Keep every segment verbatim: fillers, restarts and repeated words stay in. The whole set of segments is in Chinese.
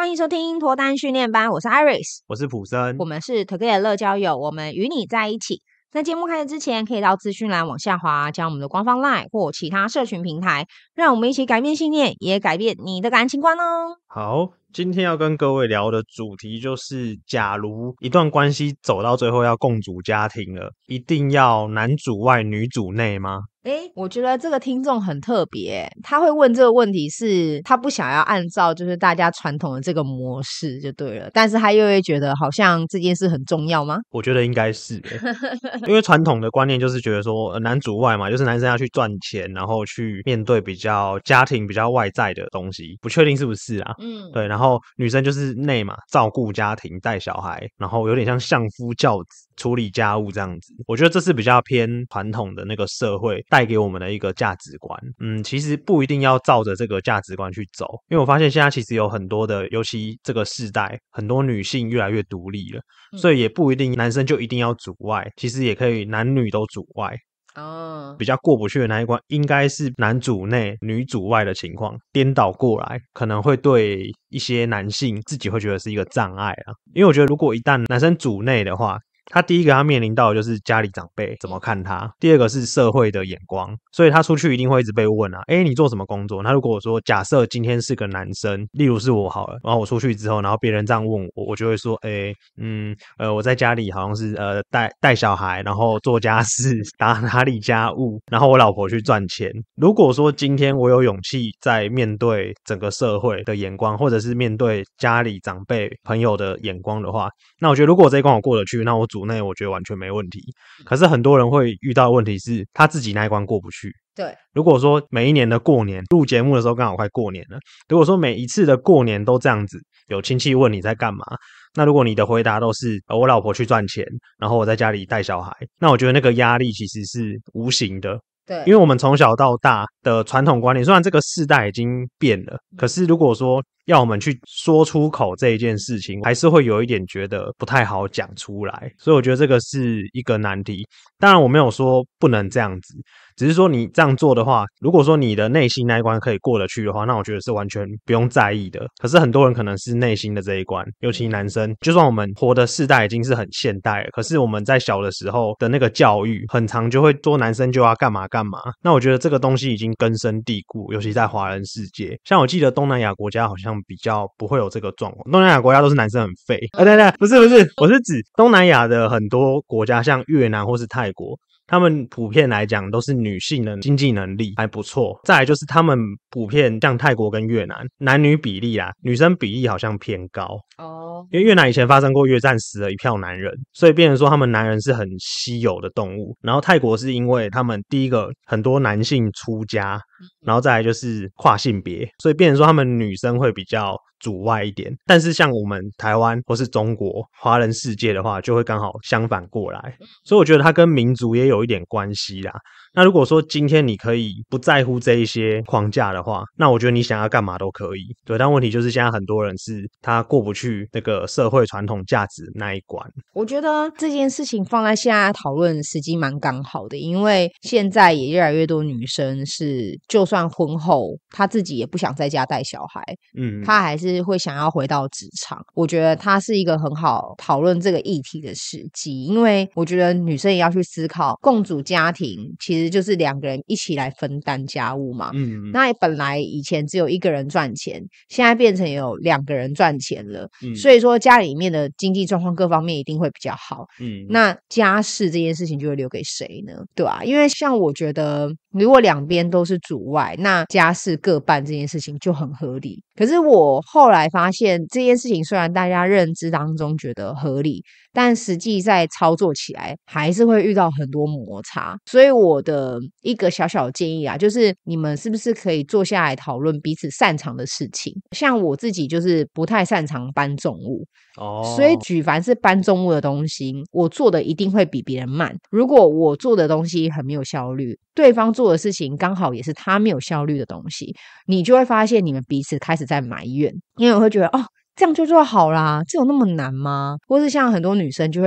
欢迎收听脱单训练班，我是 Iris， 我是普森， 我们是 Together 乐交友，我们与你在一起。在节目开始之前，可以到资讯栏往下滑，将我们的官方 LINE 或其他社群平台，让我们一起改变信念，也改变你的感情观哦。 好，今天要跟各位聊的主题就是，假如一段关系走到最后要共组家庭了，一定要男主外女主内吗？ 诶，我觉得这个听众很特别，他会问这个问题是他不想要按照就是大家传统的这个模式就对了，但是他又会觉得好像这件事很重要吗？ 我觉得应该是因为传统的观念就是觉得说、呃、男主外嘛，就是男生要去赚钱，然后去面对比较家庭比较外在的东西，不确定是不是啊？嗯，对，然后女生就是内嘛，照顾家庭带小孩，然后有点像相夫教子处理家务这样子，我觉得这是比较偏传统的那个社会带给我们的一个价值观。嗯，其实不一定要照着这个价值观去走，因为我发现现在其实有很多的，尤其这个世代，很多女性越来越独立了，所以也不一定男生就一定要主外，其实也可以男女都主外。哦，比较过不去的那一关应该是男主内女主外的情况颠倒过来，可能会对一些男性自己会觉得是一个障碍啊。因为我觉得如果一旦男生主内的话，他第一个他面临到的就是家里长辈怎么看他，第二个是社会的眼光，所以他出去一定会一直被问啊，诶你做什么工作？那如果说假设今天是个男生，例如是我好了，然后我出去之后，然后别人这样问我，我就会说，诶嗯呃我在家里好像是呃带带小孩，然后做家事，打打理家务，然后我老婆去赚钱。如果说今天我有勇气在面对整个社会的眼光，或者是面对家里长辈朋友的眼光的话，那我觉得如果这一关我过得去，那我主内我觉得完全没问题。可是很多人会遇到的问题是他自己那一关过不去。 对， 如果说每一年的过年录节目的时候刚好快过年了，如果说每一次的过年都这样子，有亲戚问你在干嘛，那如果你的回答都是、呃、我老婆去赚钱，然后我在家里带小孩，那我觉得那个压力其实是无形的。对，因为我们从小到大的传统观念，虽然这个世代已经变了，可是如果说要我们去说出口这一件事情，还是会有一点觉得不太好讲出来，所以我觉得这个是一个难题。当然我没有说不能这样子，只是说你这样做的话，如果说你的内心那一关可以过得去的话，那我觉得是完全不用在意的。可是很多人可能是内心的这一关，尤其男生，就算我们活的世代已经是很现代了，可是我们在小的时候的那个教育很常就会做男生就要干嘛干嘛，那我觉得这个东西已经根深蒂固，尤其在华人世界。像我记得东南亚国家好像比较不会有这个状况，东南亚国家都是男生很废。啊对对，不是不是，我是指东南亚的很多国家，像越南或是泰国，他们普遍来讲都是女性的经济能力还不错。再来就是他们普遍像泰国跟越南，男女比例啦，女生比例好像偏高哦，因为越南以前发生过越战，死了一票男人，所以变成说他们男人是很稀有的动物。然后泰国是因为他们第一个很多男性出家，然后再来就是跨性别，所以变成说他们女生会比较主外一点。但是像我们台湾或是中国华人世界的话，就会刚好相反过来，所以我觉得它跟民族也有一点关系啦。那如果说今天你可以不在乎这一些框架的话，那我觉得你想要干嘛都可以。对，但问题就是现在很多人是他过不去那个社会传统价值那一关。 我觉得这件事情放在现在讨论时机蛮刚好的，因为现在也越来越多女生是就算婚后她自己也不想在家带小孩，嗯，她还是会想要回到职场。我觉得它是一个很好讨论这个议题的时机，因为我觉得女生也要去思考共组家庭其实就是两个人一起来分担家务嘛。嗯，那本来以前只有一个人赚钱，现在变成有两个人赚钱了，嗯，所以说家里面的经济状况各方面一定会比较好。嗯，那家事这件事情就会留给谁呢？对吧？因为像我觉得如果两边都是主外，那家事各半这件事情就很合理。可是我后来发现这件事情虽然大家认知当中觉得合理，但实际在操作起来还是会遇到很多摩擦。所以我的一个小小建议啊，就是你们是不是可以坐下来讨论彼此擅长的事情。像我自己就是不太擅长搬重物，哦，所以举凡是搬重物的东西，我做的一定会比别人慢。如果我做的东西很没有效率，对方做的事情刚好也是他没有效率的东西，你就会发现你们彼此开始在埋怨，因为我会觉得哦，这样就做好啦，这有那么难吗？或是像很多女生就会给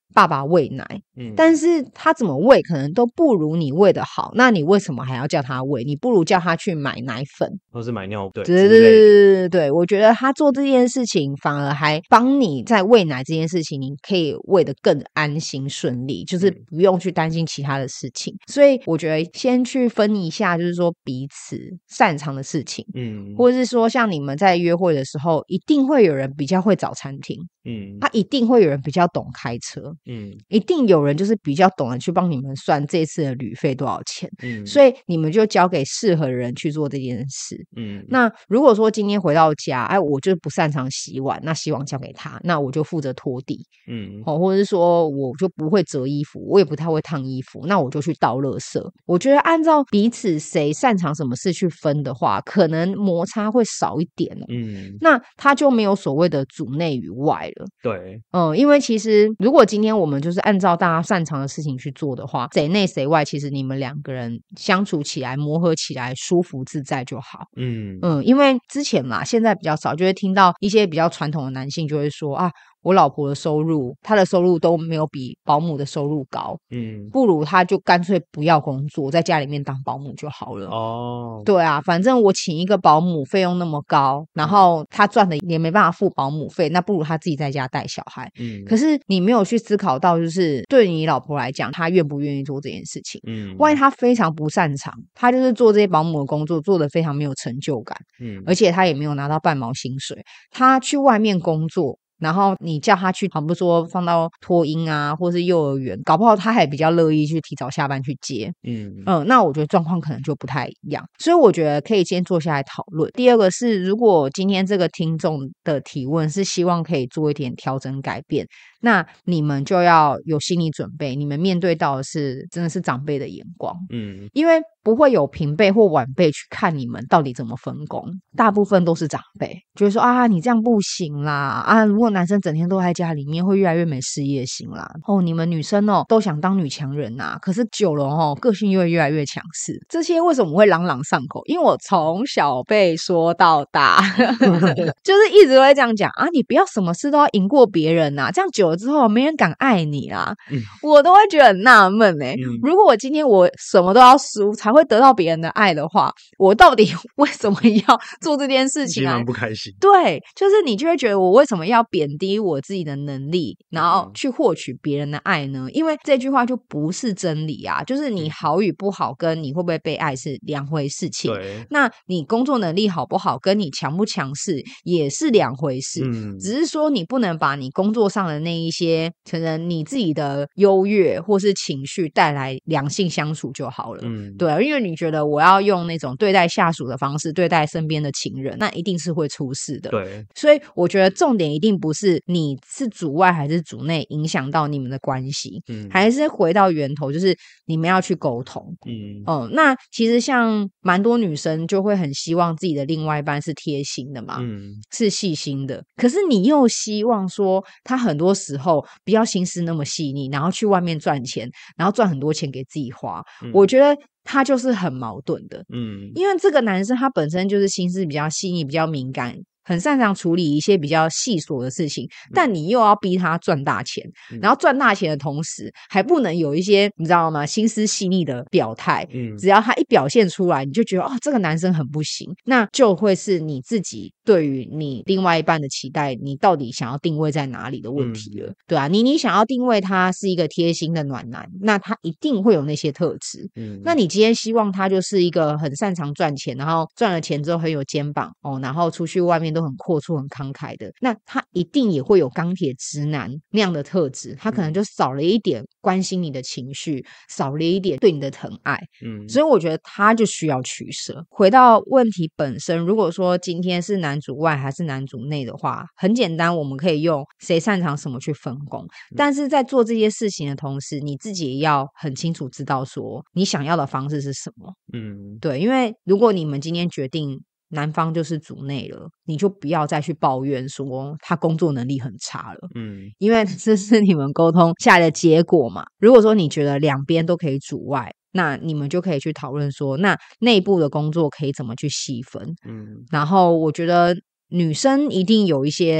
爸爸喂奶，嗯，但是他怎么喂可能都不如你喂的好，那你为什么还要叫他喂？你不如叫他去买奶粉或是买尿对对对对对对，我觉得他做这件事情反而还帮你在喂奶这件事情你可以喂得更安心顺利，就是不用去担心其他的事情，所以我觉得先去分一下就是说彼此擅长的事情，嗯，或者是说像你们在约会的时候一定会有人比较会找餐厅，嗯，他一定会有人比较懂开车，嗯，一定有人就是比较懂得去帮你们算这次的旅费多少钱，嗯，所以你们就交给适合的人去做这件事，嗯，那如果说今天回到家，哎，我就不擅长洗碗，那洗碗交给他，那我就负责拖地，嗯，哦，或者是说我就不会折衣服，我也不太会烫衣服，那我就去倒垃圾。我觉得按照彼此谁擅长什么事去分的话，可能摩擦会少一点，嗯，那他就没有所谓的主内与外了， 对， 嗯，因为其实如果今天我们就是按照大家擅长的事情去做的话，谁内谁外，其实你们两个人相处起来磨合起来舒服自在就好，嗯嗯，因为之前嘛现在比较少就会听到一些比较传统的男性就会说啊，我老婆的收入她的收入都没有比保姆的收入高，嗯，不如她就干脆不要工作在家里面当保姆就好了，哦，对啊，反正我请一个保姆费用那么高，然后她赚的也没办法付保姆费，那不如她自己在家带小孩，嗯，可是你没有去思考到就是对你老婆来讲她愿不愿意做这件事情，嗯，万一她非常不擅长，她就是做这些保姆的工作做得非常没有成就感，嗯，而且她也没有拿到半毛薪水，她去外面工作然后你叫他去，好比说放到托婴啊，或是幼儿园，搞不好他还比较乐意去提早下班去接。嗯嗯，那我觉得状况可能就不太一样，所以我觉得可以先坐下来讨论。第二个是，如果今天这个听众的提问是希望可以做一点调整改变，那你们就要有心理准备，你们面对到的是真的是长辈的眼光。嗯，因为不会有平辈或晚辈去看你们到底怎么分工，大部分都是长辈，就会说啊，你这样不行啦，啊，如果男生整天都在家里面，会越来越没事业心啦。哦，你们女生哦都想当女强人呐、啊，可是久了哦，个性又会越来越强势。这些为什么会朗朗上口？因为我从小被说到大，就是一直都会这样讲啊，你不要什么事都要赢过别人呐、啊，这样久了之后没人敢爱你啦。嗯、我都会觉得很纳闷哎，如果我今天我什么都要输才会得到别人的爱的话，我到底为什么要做这件事情啊？ 蛮不开心。 对，就是你就会觉得我为什么要贬低我自己的能力，然后去获取别人的爱呢？因为这句话就不是真理啊！就是你好与不好，跟你会不会被爱是两回事情。 对， 那你工作能力好不好，跟你强不强势也是两回事。嗯，只是说你不能把你工作上的那一些可能你自己的优越或是情绪带来良性相处就好了。嗯，对，因为你觉得我要用那种对待下属的方式对待身边的情人，那一定是会出事的。 对， 所以我觉得重点一定不是你是主外还是主内影响到你们的关系，嗯，还是回到源头，就是你们要去沟通。嗯，哦，那其实像蛮多女生就会很希望自己的另外一半是贴心的嘛，嗯，是细心的，可是你又希望说他很多时候不要心思那么细腻，然后去外面赚钱，然后赚很多钱给自己花，嗯，我觉得他就是很矛盾的。嗯，因为这个男生他本身就是心思比较细腻比较敏感，很擅长处理一些比较细琐的事情，但你又要逼他赚大钱，嗯，然后赚大钱的同时还不能有一些你知道吗心思细腻的表态，嗯，只要他一表现出来你就觉得哦这个男生很不行，那就会是你自己对于你另外一半的期待你到底想要定位在哪里的问题了。嗯，对啊，你你想要定位他是一个贴心的暖男，那他一定会有那些特质。嗯，那你今天希望他就是一个很擅长赚钱，然后赚了钱之后很有肩膀哦，然后出去外面都很阔绰很慷慨的，那他一定也会有钢铁直男那样的特质，他可能就少了一点关心你的情绪，少了一点对你的疼爱。嗯，所以我觉得他就需要取舍。回到问题本身，如果说今天是男主外还是男主内的话，很简单，我们可以用谁擅长什么去分工，但是在做这些事情的同时，你自己也要很清楚知道说你想要的方式是什么。嗯，对，因为如果你们今天决定男方就是主内了，你就不要再去抱怨说他工作能力很差了。嗯，因为这是你们沟通下来的结果嘛。如果说你觉得两边都可以主外，那你们就可以去讨论说那内部的工作可以怎么去细分。嗯，然后我觉得女生一定有一些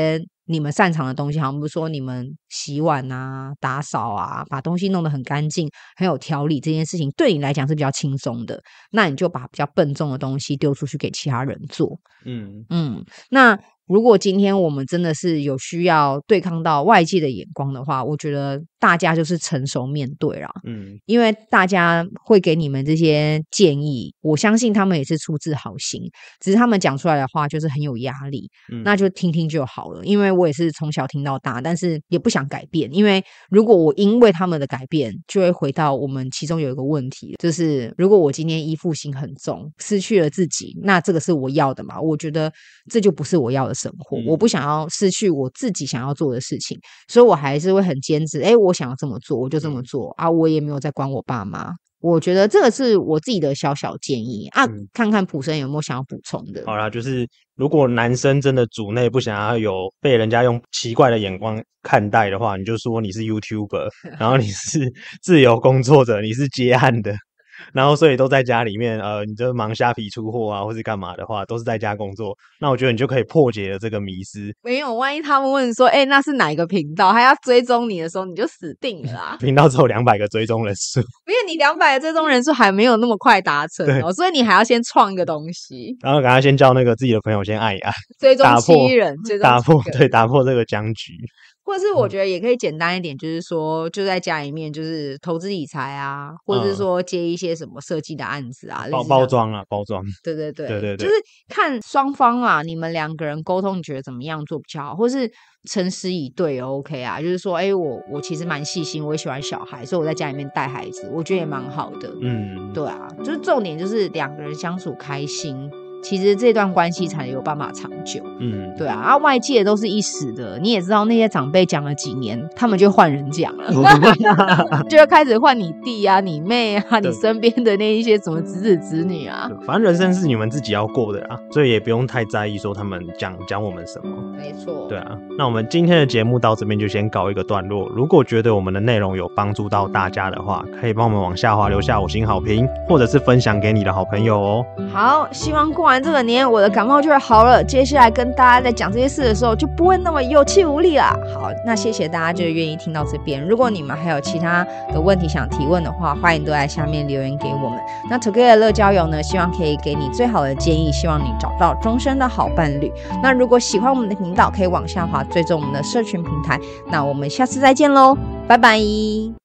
你们擅长的东西，好像比如说你们洗碗啊、打扫啊，把东西弄得很干净、很有条理，这件事情对你来讲是比较轻松的，那你就把比较笨重的东西丢出去给其他人做。嗯嗯，那如果今天我们真的是有需要对抗到外界的眼光的话，我觉得大家就是成熟面对啦。嗯，因为大家会给你们这些建议，我相信他们也是出自好心，只是他们讲出来的话就是很有压力。嗯，那就听听就好了，因为我也是从小听到大，但是也不想改变，因为如果我因为他们的改变，就会回到我们其中有一个问题，就是如果我今天依附心很重，失去了自己，那这个是我要的嘛？我觉得这就不是我要的生活，嗯，我不想要失去我自己想要做的事情，所以我还是会很坚持，诶，我想要这么做我就这么做啊，我也没有在管我爸妈。我觉得这个是我自己的小小建议啊，嗯，看看普生有没有想要补充的。 好啦，就是如果男生真的主内不想要有被人家用奇怪的眼光看待的话，你就说你是 YouTuber 然后你是自由工作者，你是接案的，然后所以都在家里面，呃，你就忙虾皮出货啊，或是干嘛的话，都是在家工作。那我觉得你就可以破解了这个迷思。 没有，万一他们问说，哎、欸，那是哪一个频道？还要追踪你的时候，你就死定了啦。 频道只有两百个追踪人数， 因为你两百个追踪人数还没有那么快达成哦，所以你还要先创一个东西， 然后赶快先叫那个自己的朋友先按一按， 追踪七人，追踪打破对打破这个僵局。 或者是我觉得也可以简单一点，就是说就在家里面就是投资理财啊，或者是说接一些什么设计的案子啊， 包包装啊，包装， 对对对对对对， 就是看双方啊，你们两个人沟通，你觉得怎么样做比较好，或是诚实以对也 OK 啊，就是说，哎、欸，我我其实蛮细心，我也喜欢小孩，所以我在家里面带孩子，我觉得也蛮好的。嗯，对啊，就是重点就是两个人相处开心。其实这段关系才有办法长久。嗯，对啊，啊，外界都是一时的，你也知道那些长辈讲了几年，他们就换人讲了，就会开始换你弟啊、你妹啊、你身边的那一些什么子子子女啊。 反正人生是你们自己要过的啦，所以也不用太在意说他们讲讲我们什么。 没错， 对啊。那我们今天的节目到这边就先告一个段落。如果觉得我们的内容有帮助到大家的话，可以帮我们往下滑留下五星好评，或者是分享给你的好朋友哦。 好，希望过完这个年我的感冒就会好了，接下来跟大家在讲这些事的时候就不会那么有气无力啦。好，那谢谢大家就愿意听到这边，如果你们还有其他的问题想提问的话，欢迎都在下面留言给我们。那 Together 乐交友呢，希望可以给你最好的建议，希望你找到终身的好伴侣。那如果喜欢我们的频道，可以往下滑追踪我们的社群平台。那我们下次再见咯，拜拜。